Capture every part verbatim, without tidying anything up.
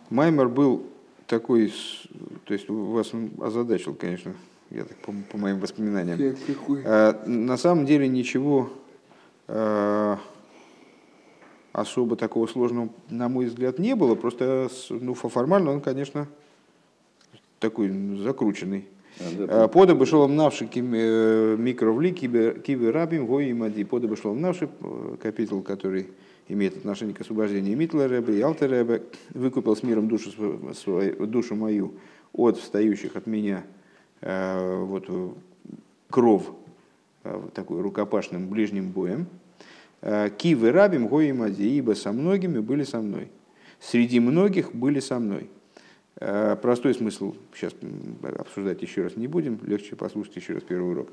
Маймер был такой, то есть вас он озадачил, конечно, я так по, по моим воспоминаниям. А, на самом деле ничего а, особо такого сложного, на мой взгляд, не было. Просто ну, формально он, конечно, такой закрученный. Подобы шолом навши микровли киви рабим гои мади. Подобы шолом навши, капитул, который имеет отношение к освобождению Митла Ребе и Алта Ребе, выкупил с миром душу, свою, душу мою от встающих от меня вот, кров такой рукопашным ближним боем. Кивы рабим гои мади, ибо со многими были со мной. Среди многих были со мной. Простой смысл сейчас обсуждать еще раз не будем, легче послушать еще раз первый урок.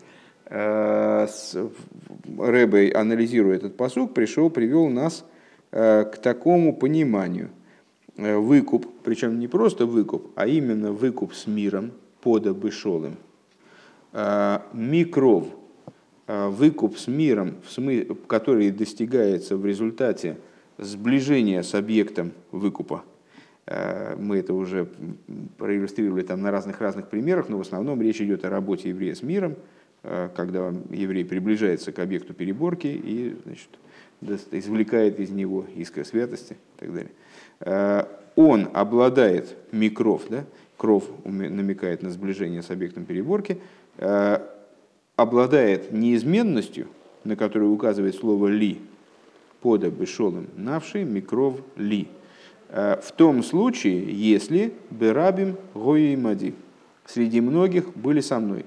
Ребе, анализируя этот пасук, пришел, привел нас к такому пониманию. Выкуп, причем не просто выкуп, а именно выкуп с миром, подобы шолым. Микров, выкуп с миром, который достигается в результате сближения с объектом выкупа. Мы это уже проиллюстрировали там на разных-разных примерах, но в основном речь идет о работе еврея с миром, когда еврей приближается к объекту переборки и, значит, извлекает из него искра святости и так далее. Он обладает микров, да? Кров намекает на сближение с объектом переборки, обладает неизменностью, на которую указывает слово «ли», пода бешолым навший микров «ли». В том случае, если берабим гои мади, среди многих были со мной.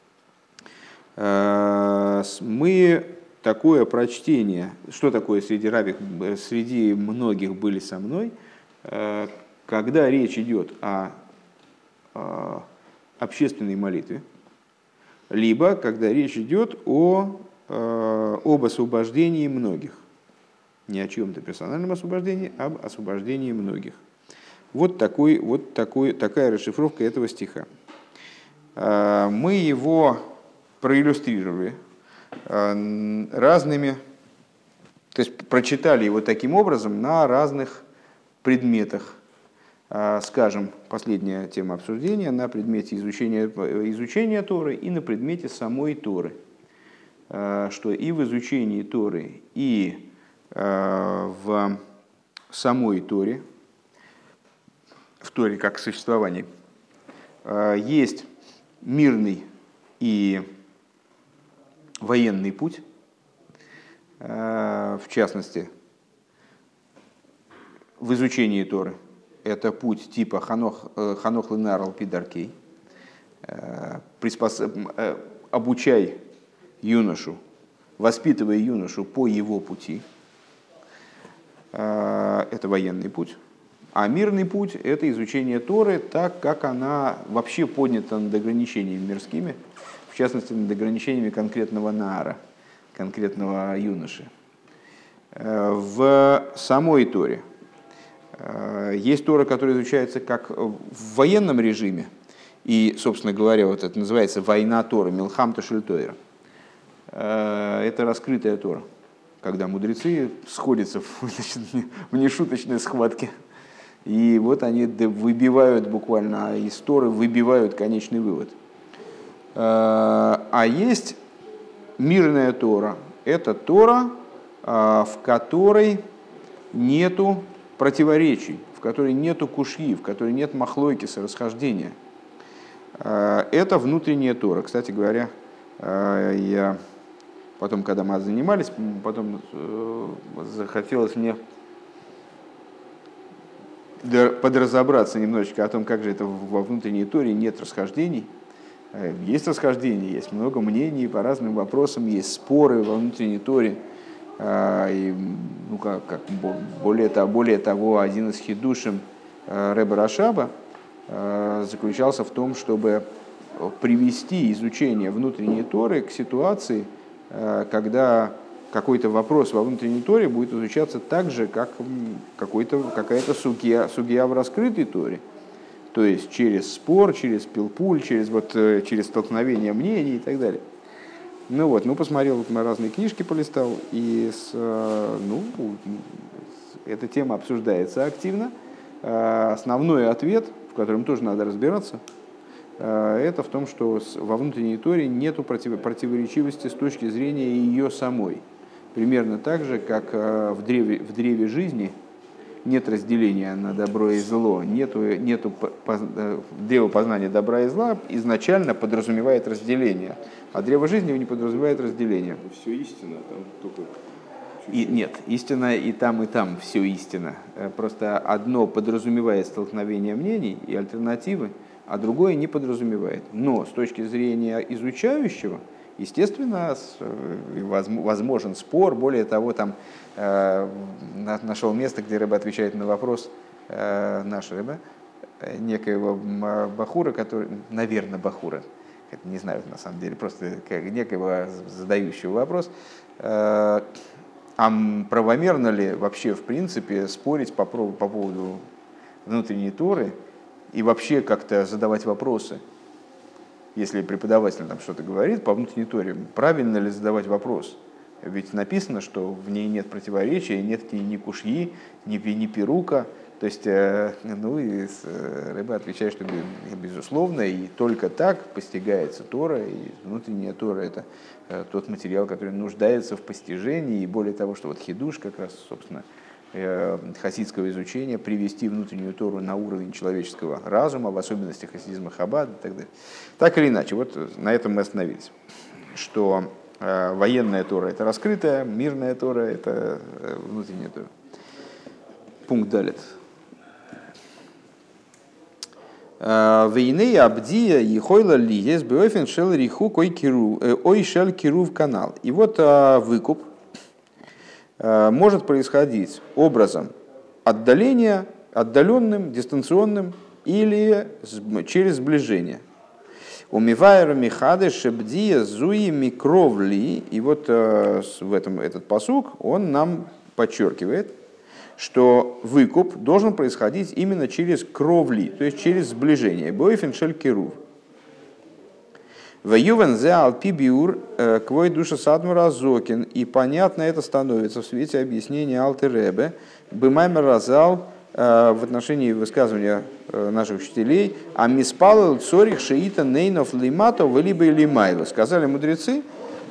Мы такое прочтение, что такое среди рабих, среди многих были со мной, когда речь идет о общественной молитве, либо когда речь идет о, об освобождении многих. Не о чьем-то персональном освобождении, а об освобождении многих. Вот, такой, вот такой, такая расшифровка этого стиха. Мы его проиллюстрировали разными, то есть прочитали его таким образом на разных предметах. Скажем, последняя тема обсуждения на предмете изучения, изучения Торы и на предмете самой Торы. Что и в изучении Торы, и в самой Торе, в Торе как существовании, есть мирный и военный путь, в частности, в изучении Торы. Это путь типа Ханох, Ханох Ленарал Пидаркей, обучай юношу, воспитывая юношу по его пути. Это военный путь. А мирный путь – это изучение Торы, так как она вообще поднята над ограничениями мирскими, в частности, над ограничениями конкретного наара, конкретного юноши. В самой Торе есть Тора, которая изучается как в военном режиме, и, собственно говоря, вот это называется война Торы, Милхам Тошель Тойра. Это раскрытая Тора, когда мудрецы сходятся в, значит, в нешуточной схватке. И вот они выбивают буквально из Торы, выбивают конечный вывод. А есть мирная Тора. Это Тора, в которой нету противоречий, в которой нету кушьи, в которой нет махлойкиса, расхождения. Это внутренняя Тора. Кстати говоря, я... Потом, когда мы занимались, потом захотелось мне подразобраться немножечко о том, как же это во внутренней Торе нет расхождений. Есть расхождения, есть много мнений по разным вопросам, есть споры во внутренней Торе. И, ну, как, как, более, того, более того, один из хидушим Ребе Рашаба заключался в том, чтобы привести изучение внутренней Торы к ситуации, когда какой-то вопрос во внутренней Торе будет изучаться так же, как какой-то, какая-то сугья, сугья в раскрытой Торе. То есть через спор, через пилпуль, через, вот, через столкновение мнений и так далее. Ну вот, ну посмотрел на разные книжки, полистал, и с, ну, эта тема обсуждается активно. основной ответ, в котором тоже надо разбираться, это в том, что во внутренней Торе нет противоречивости с точки зрения ее самой. Примерно так же, как в древе, в древе жизни нет разделения на добро и зло, нету, нету, древо познания добра и зла изначально подразумевает разделение, а древо жизни не подразумевает разделение. Все истина, там только... И, нет, истина и там, и там все истина. Просто одно подразумевает столкновение мнений и альтернативы, а другое не подразумевает. Но с точки зрения изучающего, естественно, возможен спор. Более того, там нашел место, где Ребе отвечает на вопрос, наш Ребе, некоего бахура, который, наверное, бахура, не знаю на самом деле, просто некого задающего вопрос, а правомерно ли вообще, в принципе, спорить по, по поводу внутренней Торы и вообще как-то задавать вопросы? Если преподаватель там что-то говорит по внутренней Торе, правильно ли задавать вопрос? Ведь написано, что в ней нет противоречия, нет ни кушьи, ни, ни пирука. То есть, ну и Ребе отвечает, что безусловно, и только так постигается Тора, и внутренняя Тора — это тот материал, который нуждается в постижении, и более того, что вот хидуш как раз, собственно, хасидского изучения, привести внутреннюю Тору на уровень человеческого разума, в особенности хасидизма Хаббада и так далее. Так или иначе, вот на этом мы остановились, что э, военная Тора — это раскрытая, мирная Тора — это внутренняя Тора. Пункт далит. Вейней абдия и хойла ли есть бёфен шел риху кой киру ой шел киру в канал. И вот выкуп может происходить образом отдаления, отдаленным, дистанционным или через сближение. Умивайра михады шебдия зуи микровли. И вот в этом этот пасук он нам подчеркивает, что выкуп должен происходить именно через кровли, то есть через сближение. Бойфен шель кирув. Ваювен зе алпи биур квой душа садмура зокин. И понятно это становится в свете объяснения Алтер Ребе бымаймер разал в отношении высказывания наших учителей а миспалл цорих шиита нейнов лиматов либо лимайло. Сказали мудрецы,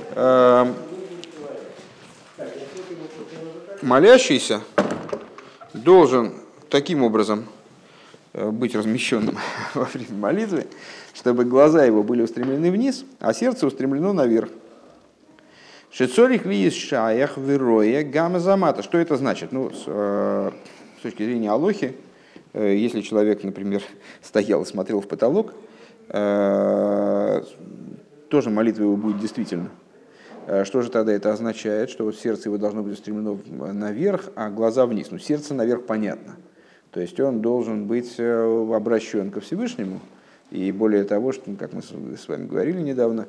молящийся должен таким образом быть размещенным во время молитвы, чтобы глаза его были устремлены вниз, а сердце устремлено наверх. Шецорих ли из шаях вероя гамма замата. Что это значит? Ну, с, э, с точки зрения алохи, э, если человек, например, стоял и смотрел в потолок, э, тоже молитва его будет действительно. Что же тогда это означает? Что вот сердце его должно быть устремлено наверх, а глаза вниз. Ну, сердце наверх понятно. То есть он должен быть обращен ко Всевышнему. И более того, что, как мы с вами говорили недавно,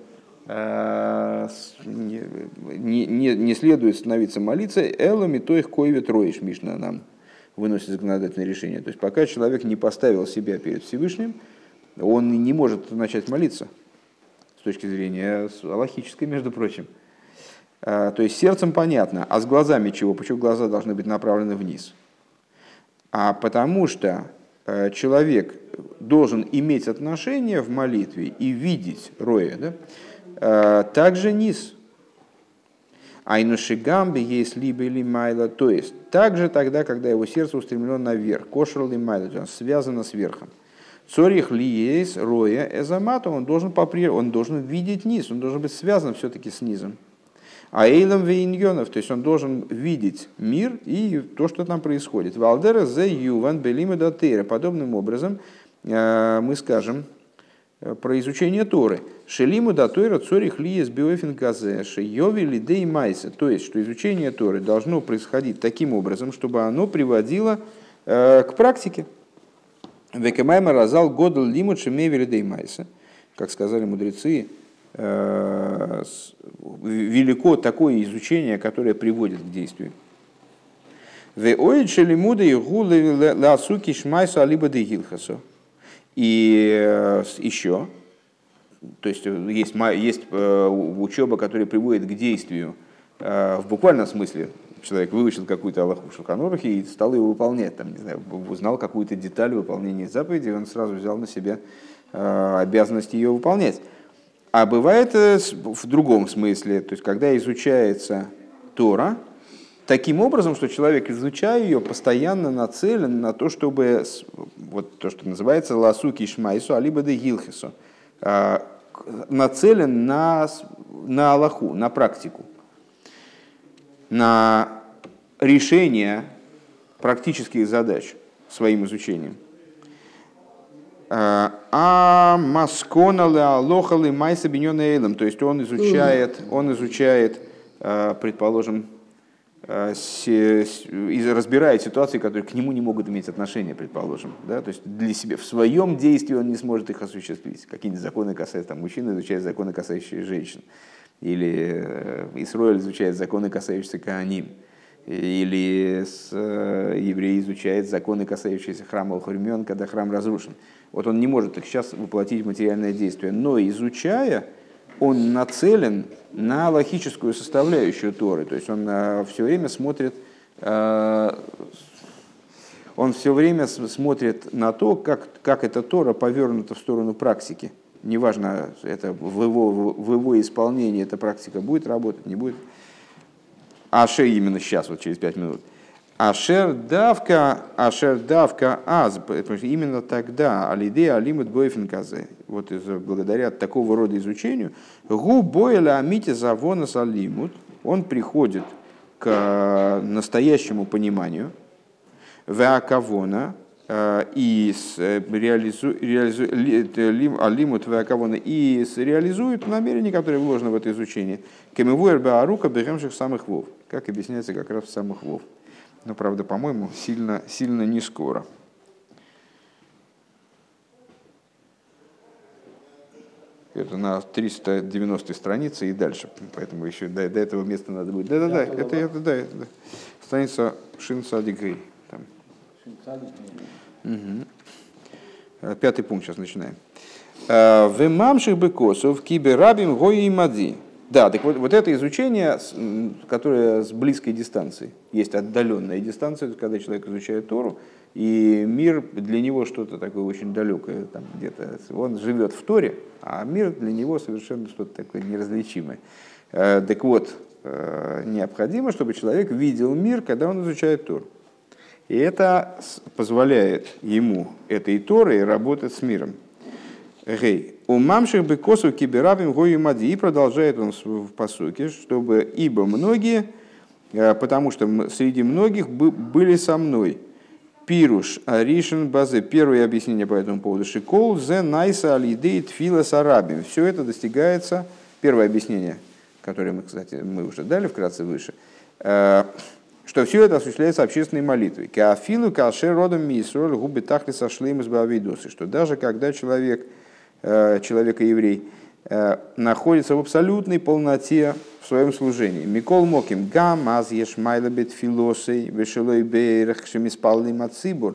не, не, не следует становиться молиться «элами то их койве троишь», Мишна нам выносит законодательное решение. То есть пока человек не поставил себя перед Всевышним, он не может начать молиться. С точки зрения алахической, между прочим. То есть сердцем понятно, а с глазами чего? Почему глаза должны быть направлены вниз? А потому что человек должен иметь отношение в молитве и видеть роя, да? Также низ. Айнушигамби есть либо или майла, то есть также тогда, когда его сердце устремлено наверх, кошер ли майла, связано с верхом. Цорих ли есть роя эзамата, он должен попри... он должен видеть низ, он должен быть связан все-таки с низом. А эйлом вейньонов, то есть он должен видеть мир и то, что там происходит. Валдера зе юван белима датера. Подобным образом мы скажем про изучение Торы. Шелиму датора цорих ли есть биофин газе шейови ли дей майса. То есть, что изучение Торы должно происходить таким образом, чтобы оно приводило к практике. Векемайма разал годл лимут шемеви дей майса. Как сказали мудрецы, велико такое изучение, которое приводит к действию. И еще, то есть есть, есть учеба, которая приводит к действию в буквальном смысле, человек выучил какую-то алаху в Шулхан Арухе и стал ее выполнять, там, не знаю, узнал какую-то деталь выполнения заповеди, он сразу взял на себя э, обязанность ее выполнять. А бывает в другом смысле, то есть когда изучается Тора, таким образом, что человек, изучая ее, постоянно нацелен на то, чтобы, вот то, что называется ласуки шмайсу, алибо де гилхису, нацелен на, на алаху, на практику, на решение практических задач своим изучением. А масконалы алохалы майса биньонейлем, то есть он изучает, он изучает, предположим, разбирает ситуации, которые к нему не могут иметь отношения, предположим. Да? То есть для себя, в своем действии он не сможет их осуществить. Какие-нибудь законы касаются, там, мужчина изучает законы, касающиеся женщин. Или Исроэль изучает законы, касающиеся Коаним. Или с, еврей изучает законы, касающиеся храма Алхурмион, когда храм разрушен. Вот он не может их сейчас воплотить в материальное действие. Но изучая, он нацелен на логическую составляющую Торы. То есть он все время смотрит, он все время смотрит на то, как, как эта Тора повернута в сторону практики. Неважно, это в, его, в его исполнении эта практика будет работать, не будет. Ашер именно сейчас, вот через пять минут. Ашер давка, ашер давка аз, потому что именно тогда алиде алимут бойфенказе, вот из, благодаря такого рода изучению, гу бойля амите завонас алимут, он приходит к настоящему пониманию, веакавона, и алимут веакавона, и реализует намерение, которое вложено в это изучение, кемивуэр баарука бегемших самых вов, как объясняется как раз в самых вов. Но, правда, по-моему, сильно, сильно не скоро. Это на триста девяностой странице и дальше, поэтому еще до, до этого места надо будет. Да-да-да, это, это, да, это, страница Шин Садик Гей. Угу. Пятый пункт сейчас начинаем. В мамших бекосов киберабим гои и мади. Да, так вот, вот это изучение, которое с близкой дистанции. Есть отдаленная дистанция, когда человек изучает Тору, и мир для него что-то такое очень далекое, там где-то. Он живет в Торе, а мир для него совершенно что-то такое неразличимое. Так вот, необходимо, чтобы человек видел мир, когда он изучает Тору. И это позволяет ему, этой Торой, работать с миром. Гей. У мамших бекосов киберабим гою мади. И продолжает он в пасуке, чтобы ибо многие, потому что среди многих были со мной. Пируш аришен базе. Первое объяснение по этому поводу. Шикол зе найса алидей тфила сарабим. Все это достигается. Первое объяснение, которое мы, кстати, мы уже дали вкратце выше, что все это осуществляется общественной молитвой. Каафилу кашер родом мисроль губи тахли сошлим из бавидосы. Что даже когда человек человек и еврей, находится в абсолютной полноте в своем служении. Микол моким гам аз еш майлабет филосей вешелой бейрах шемиспалный мацибур.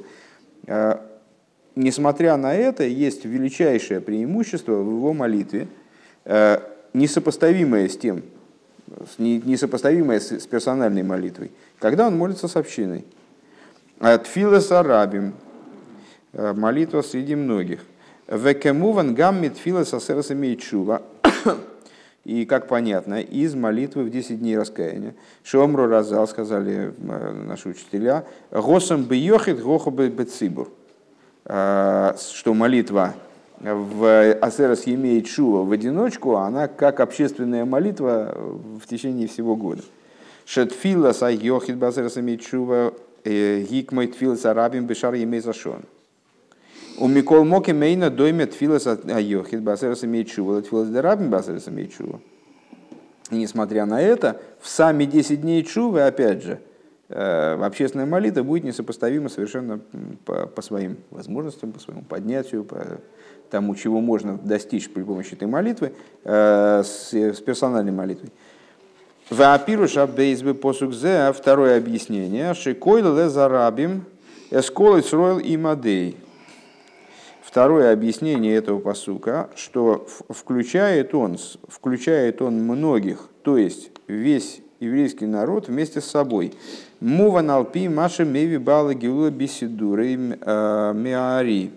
Несмотря на это, есть величайшее преимущество в его молитве, несопоставимое с тем, несопоставимое с персональной молитвой, когда он молится с общиной. Тфилас арабим, молитва среди многих. Векемуван гаммит филос асерас имеет шува. И, как понятно, из молитвы в десять дней раскаяния. Шомру разал, сказали наши учителя, госом бьёхит гохо бецибур. Что молитва в асерас имеет шува в одиночку, она как общественная молитва в течение всего года. Шетфилос айохит басерас имеет шува гикмой тфилос арабим бешар емей зашон. У Микол Моки Мейна дойме тфилас айохит басерас имеет шува, тфилас дерабим басерас имеет шува. И несмотря на это, в сами десять дней шувы, опять же, общественная молитва будет несопоставима совершенно по, по своим возможностям, по своему поднятию, по тому, чего можно достичь при помощи этой молитвы, с, с персональной молитвой. Ваапируша бейзбе посукзе, второе объяснение, шикойл лезарабим эскол исроил и мадей. Второе объяснение этого пасука, что включает он, включает он многих, то есть весь еврейский народ вместе с собой. Муван алпи маши меви бала гиула бисидуры меари.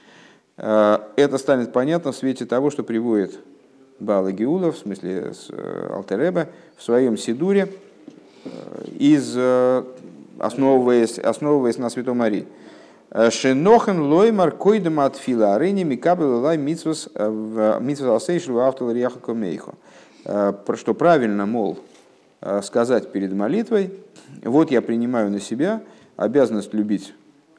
Это станет понятно в свете того, что приводит Баала Геула, в смысле Алтер Ребе, в своем Сидуре, из, основываясь, основываясь на Святом Ари. Шенохен лоймар койдем от фила арени микабел лай митсвас митсвас асейшл автол риаха комейхо. Что правильно, мол, сказать перед молитвой: вот я принимаю на себя обязанность любить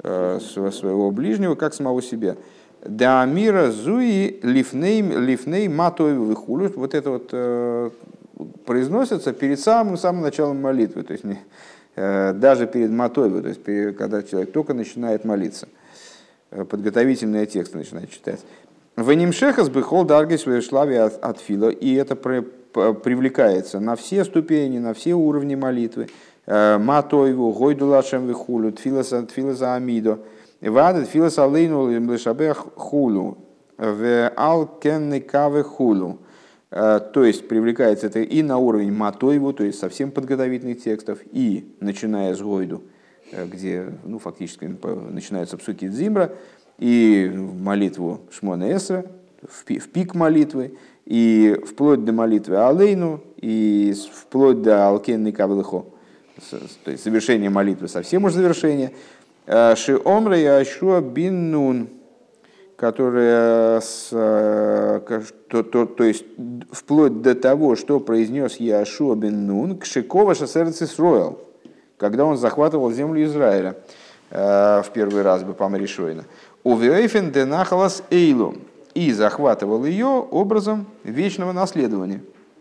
своего ближнего как самого себя. Да мира зуи лифней лифней матоев выхулю. Вот это вот э, произносится перед самым самым началом молитвы, то есть не, э, даже перед матоевой, то есть перед, когда человек только начинает молиться, э, подготовительные тексты начинает читать. Венимшехас бихол даргис шлави от фила, и это при, привлекается на все ступени, на все уровни молитвы. Матоеву гойдулашем выхулю тфиласа тфиласа амидо. Вадет филос алейну лешабех хулу в алкенны кавы хулу. То есть привлекается это и на уровень матоеву, то есть совсем подготовительных текстов, и начиная с гойду, где ну, фактически начинаются псуки дзимра, и в молитву Шмона Эсра, в пик молитвы, и вплоть до молитвы алейну, и вплоть до алкенны кавы лехо, то есть завершение молитвы, совсем уж завершение. Шиомра Яшуа бин Нун, которая, с, то, то, то есть вплоть до того, что произнес Яшуа бин Нун, к Шикова Шасерец Исроэл, когда он захватывал землю Израиля в первый раз бы по Маришойна. Увейфен де нахалас эйлу, и захватывал ее образом вечного наследования.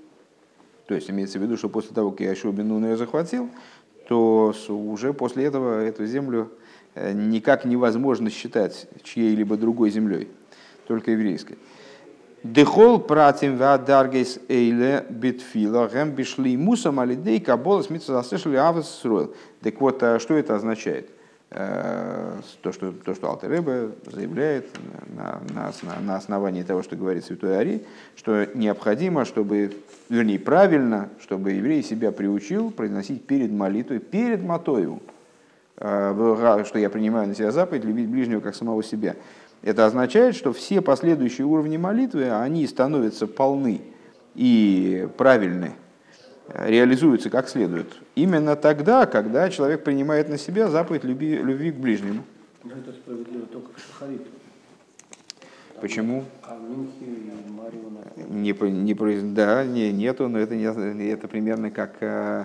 То есть имеется в виду, что после того, как Яшуа бин Нун ее захватил, то уже после этого эту землю никак невозможно считать чьей-либо другой землей, только еврейской. Дехол пратим вадаргейс эйле битфила гэм бишли мусам алидей каболас митсасэшли авас сроил. Так вот, что это означает? То, что, то, что Алтер Ребе заявляет на, на, на основании того, что говорит Святой Ари, что необходимо, чтобы, вернее, правильно, чтобы еврей себя приучил произносить перед молитвой, перед Матоеву, что я принимаю на себя заповедь любить ближнего как самого себя. Это означает, что все последующие уровни молитвы, они становятся полны и правильны, реализуются как следует. Именно тогда, когда человек принимает на себя заповедь любви, любви к ближнему. Но это справедливо только к шахариту. Почему? А Минхи и Марию не, не, да, не, нету, но это, не, это примерно как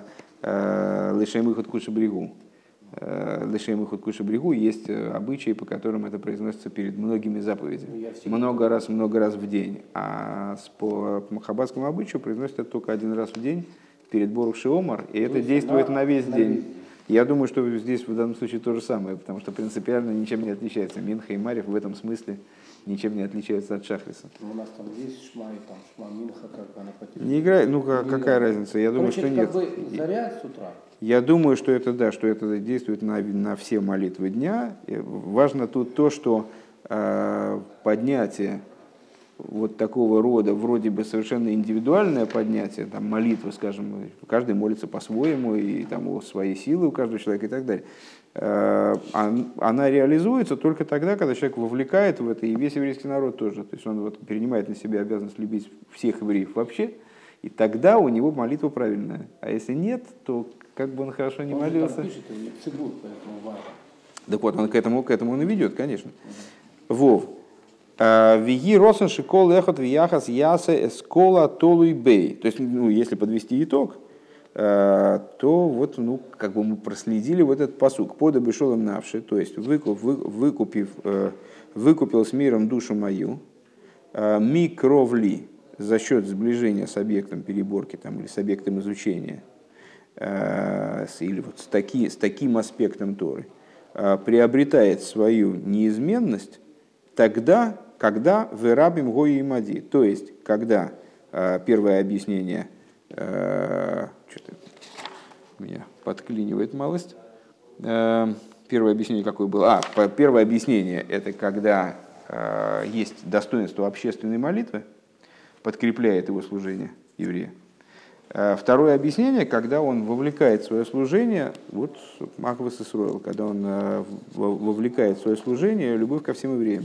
лешем выход куши брегу. Лешем выход куши брегу есть обычаи, по которым это произносится перед многими заповедями. Много раз, много раз в день. А по махаббатскому обычаю произносится это только один раз в день перед Борух Шеомар, и это действует на, на весь на день. Весь. Я думаю, что здесь в данном случае то же самое, потому что принципиально ничем не отличается. Минха и Марев в этом смысле ничем не отличаются от Шахриса. У нас там есть Шма и там Шма Минха, как она потеряла. Не играет, ну как, какая разница? Я думаю, Короче, что нет. Как бы заряд с утра. Я думаю, что это да, что это действует на, на все молитвы дня. И важно тут то, что э, поднятие вот такого рода, вроде бы совершенно индивидуальное поднятие, там, молитва, скажем, каждый молится по-своему, и там у своей силы у каждого человека и так далее, она реализуется только тогда, когда человек вовлекает в это и весь еврейский народ тоже. То есть он вот принимает на себя обязанность любить всех евреев вообще, и тогда у него молитва правильная. А если нет, то как бы он хорошо не он молился. Пишет, цибут, поэтому так вот, он к этому, к этому он и ведет, конечно. Вов. Виги росен шикол эхот вияхас ясе эскола толуй бей. То есть, ну, если подвести итог, то вот, ну, как бы мы проследили вот этот пасук. Пода бешол им навши, то есть выкуп, выкупив, выкупил с миром душу мою, микровли за счет сближения с объектом переборки там, или с объектом изучения, или вот с, таки, с таким аспектом Торы, приобретает свою неизменность тогда, когда вырабим гои и мади, то есть когда э, первое объяснение, э, что-то меня подклинивает малость, э, первое объяснение какое было? А, первое объяснение это когда э, есть достоинство общественной молитвы, подкрепляет его служение еврея. Второе объяснение, когда он вовлекает в свое служение, вот Ахвас Исроэл, когда он вовлекает в свое служение любовь ко всем евреям.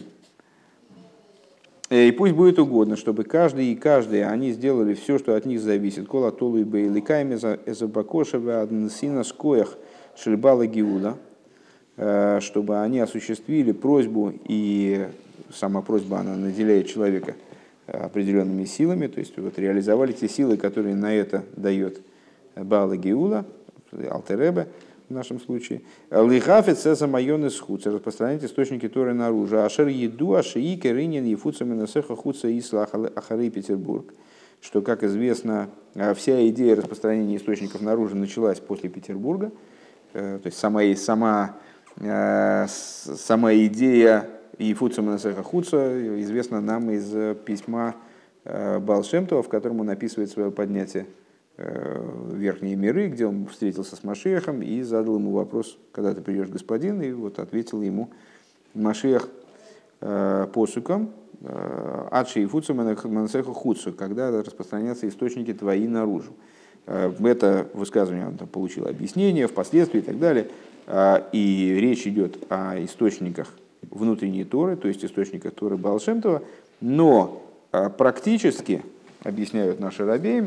И пусть будет угодно, чтобы каждый и каждая, они сделали все, что от них зависит. Кола толу и бейликайме эзабакошева аднсина скоях шельбала гиуда, чтобы они осуществили просьбу, и сама просьба, она наделяет человека определенными силами, то есть вот реализовали те силы, которые на это дает Баала Геула, Алтер Ребе в нашем случае. Лихафет сеза майон из хуца, распространять источники Торы наружу. Ашер еду, ашии, керинин, ефуца, минасеха, хуца, исла, ахары, Петербург. Что, как известно, вся идея распространения источников наружу началась после Петербурга. То есть сама, сама, сама идея Ефуца Минасеха Хуца известна нам из письма Баал Шем Това, в котором он описывает свое поднятие в верхние миры, где он встретился с Машиахом и задал ему вопрос, когда ты придешь, господин, и вот ответил ему Машиах посуком «Адши Ефуца Минасеха Хуца», когда распространятся источники твои наружу. Это высказывание он там получил объяснение впоследствии и так далее. И речь идет о источниках внутренней Торы, то есть источниках Торы Баал Шем Това, но практически, объясняют наши рабеи,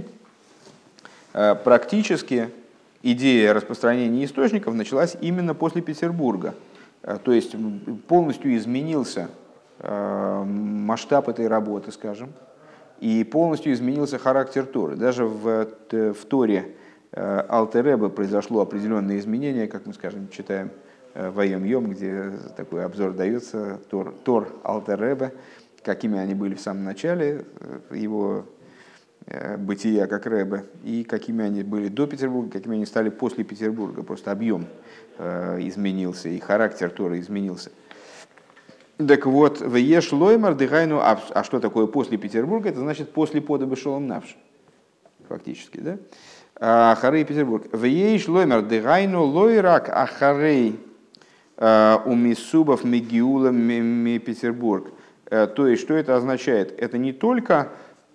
практически идея распространения источников началась именно после Петербурга. То есть полностью изменился масштаб этой работы, скажем, и полностью изменился характер Торы. Даже в, в Торе Алтер Ребе произошло определенное изменение, как мы, скажем, читаем в Айом Йом, где такой обзор дается, Тор, Тор Алтер Ребе, какими они были в самом начале его бытия как Ребе, и какими они были до Петербурга, какими они стали после Петербурга. Просто объем изменился, и характер Торы изменился. Так вот, в Еш Лоймар Дыхайну, а что такое после Петербурга? Это значит после подобы Шолом Навш, фактически, да? Харей Петербург. В Еш Лоймар Дыхайну Лойрак Ахарей у Мисубов Мегиула Ми Петербург. То есть, что это означает? Это не только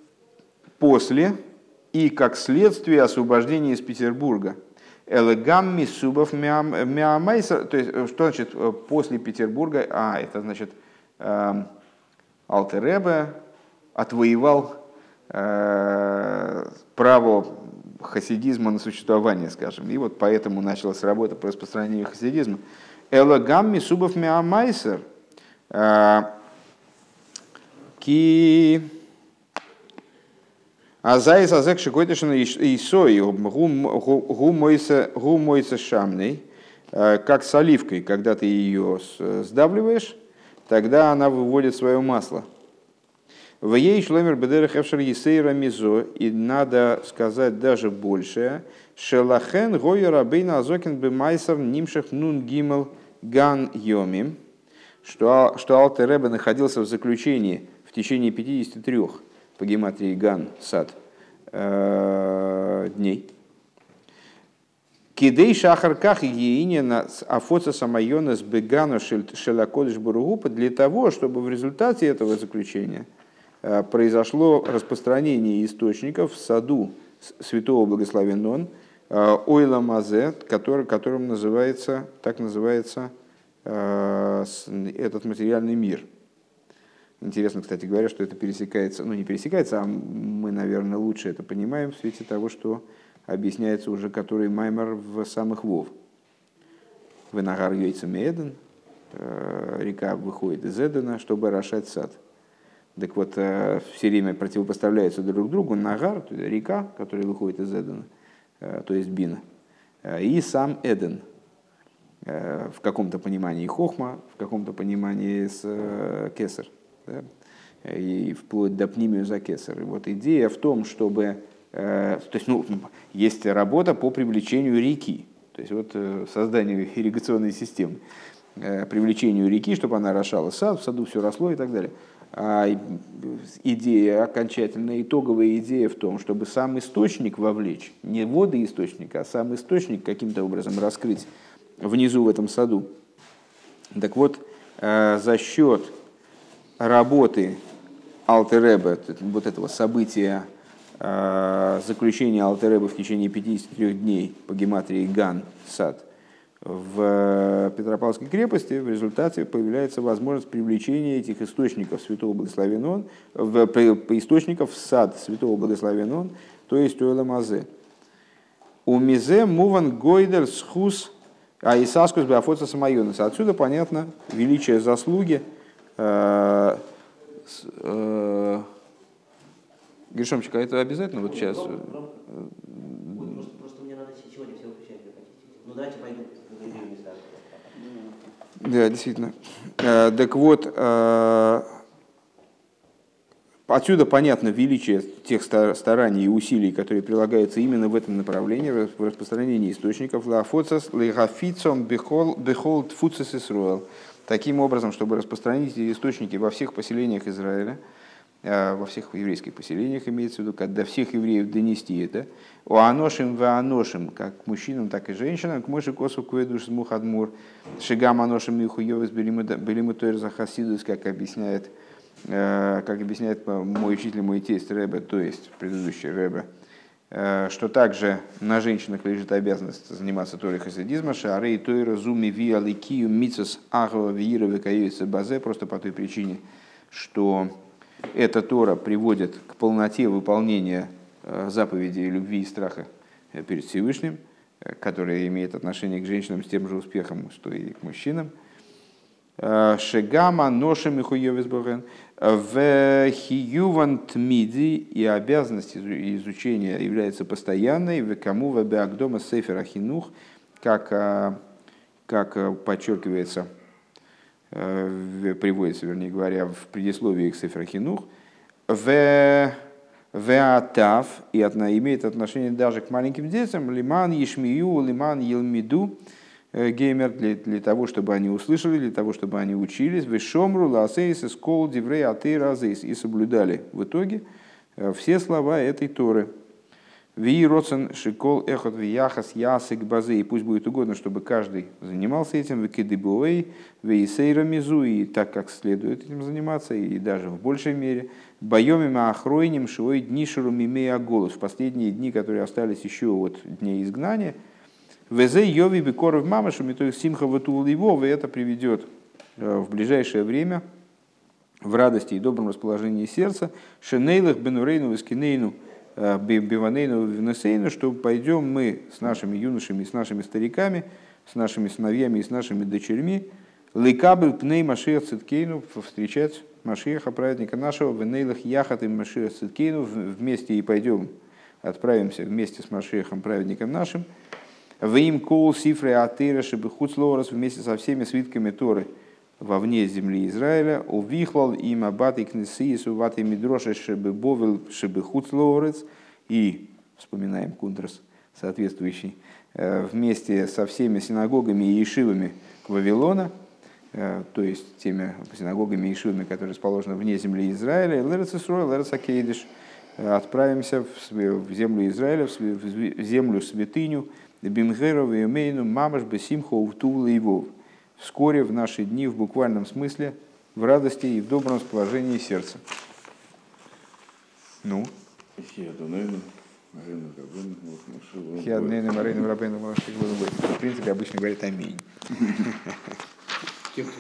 после и как следствие освобождения из Петербурга. Элегам Мисубов Миамайса. То есть, что значит после Петербурга? А, это значит, Алтер Ребе отвоевал право хасидизма на существование, скажем. И вот поэтому началась работа по распространению хасидизма. Элагам мисубов миамайсер ки азайс азек шикойтешна исой гу мойса шамный, как с оливкой, когда ты ее сдавливаешь, тогда она выводит свое масло. В ей шломер бедерах эфшер есейра мизо, и надо сказать даже большее. Шелахен гойя рабейна азокин бемайсар нимшах нун гимел ган йомим, что, что Алтер Ребе находился в заключении в течение пятидесяти трёх по гематрии ган сад э, дней. Кидей шахарках егиине афоца самайона с бегану шелакодыш буругупа, для того, чтобы в результате этого заключения произошло распространение источников в саду святого благословен он, Ойла Мазе, который, которым называется, так называется этот материальный мир. Интересно, кстати говоря, что это пересекается, ну не пересекается, а мы, наверное, лучше это понимаем в свете того, что объясняется уже который маймер в самых Вов. Венагар Йойцем Эден, река выходит из Эдена, чтобы орошать сад. Так вот, все время противопоставляются друг другу Нагар, река, которая выходит из Эдена, то есть Бина, и сам Эден. В каком-то понимании Хохма, в каком-то понимании с Кесар, да? И вплоть до Пнимию за Кесар. И вот идея в том, чтобы... То есть, ну, есть работа по привлечению реки, то есть вот созданию ирригационной системы, привлечению реки, чтобы она орошала сад, в саду все росло и так далее. А идея, окончательная итоговая идея в том, чтобы сам источник вовлечь, не воды источника, а сам источник каким-то образом раскрыть внизу в этом саду. Так вот, за счет работы Алтер Ребе, вот этого события заключение Алтер Ребе в течение пятидесяти трёх дней по гематрии Ган, сад, в Петропавловской крепости, в результате появляется возможность привлечения этих источников Святого Благословен Он, в, источников в сад Святого Благословен Он, то есть Ойла Мазе. У Мизе Муван Гойдер Схус Аисаскус Беафоца Самайонес. Отсюда понятно величие заслуги. Э, э, Гершомчик, а это обязательно вот сейчас? Просто, просто мне надо сегодня все выключать. Ну давайте пойду в другие места. Да, действительно. Э, так вот, э, отсюда понятно величие тех стараний и усилий, которые прилагаются именно в этом направлении, в распространении источников. Таким образом, чтобы распространить эти источники во всех поселениях Израиля, во всех еврейских поселениях, имеется в виду, как до всех евреев донести это. У аношим в аношим, как мужчинам, так и женщинам, к мыши косу кведуш мухадмур, шигам аношим и хуевес белиму тойрза хасидус, как объясняет, как объясняет мой учитель, мой тесть Ребе, то есть предыдущий Ребе, что также на женщинах лежит обязанность заниматься Торой хасидизма, шаарей тойра зуми ви аликию мицас агова виира векаюица базе, просто по той причине, что эта Тора приводит к полноте выполнения заповедей любви и страха перед Всевышним, которая имеет отношение к женщинам с тем же успехом, что и к мужчинам. Шегама ношем и хуевес боген в хиюван тмиди, и обязанность изучения является постоянной, в кому в беагдома сефера хинух, как, как подчеркивается, приводится, вернее говоря, в предисловии к Сефер Хинух, в Веатав, и имеет отношение даже к маленьким детям, лиман ешмию, лиман елмиду, геймер, для, для того, чтобы они услышали, для того, чтобы они учились, вешомру, ласейс, скол, диврей, атей, разейс, и соблюдали в итоге все слова этой Торы. Ви роцен шикол эхот вияхас ясик базы, и пусть будет угодно, чтобы каждый занимался этим, векидыбуэй, вейсейра мизу, и так как следует этим заниматься, и даже в большей мере, боемим охройним шивой дни шарумимея голос, в последние дни, которые остались еще от дней изгнания, везей йови бекоров мамашами, то есть симха ватул его, и это приведет в ближайшее время в радости и добром расположении сердца, шенейлах бенурейну вискинейну, биванейну винесейну, что пойдем мы с нашими юношами, с нашими стариками, с нашими сыновьями и с нашими дочерьми, лейкабель пней машиах циткейну, встречать Машиаха, праведника нашего, венейлах яхат и машиах циткейну, вместе и пойдем, отправимся вместе с Машиахом, праведником нашим, в им кол сифры атыра шебехуцлорас, вместе со всеми свитками Торы вовне земли Израиля, увихлал им абаты кнесиис, уваты мидроши шебебовил шебехуцлорец, и, вспоминаем кунтрас соответствующий, вместе со всеми синагогами и ешивами Вавилона, то есть теми синагогами и ешивами, которые расположены вне земли Израиля, лерец Исроэл, лерец Акейдиш, отправимся в землю Израиля, в землю святыню, бимгеров и умейну мамаш бесимхо увтул и вов. Вскоре, в наши дни, в буквальном смысле, в радости и в добром расположении сердца. Ну? В принципе, обычно говорят аминь.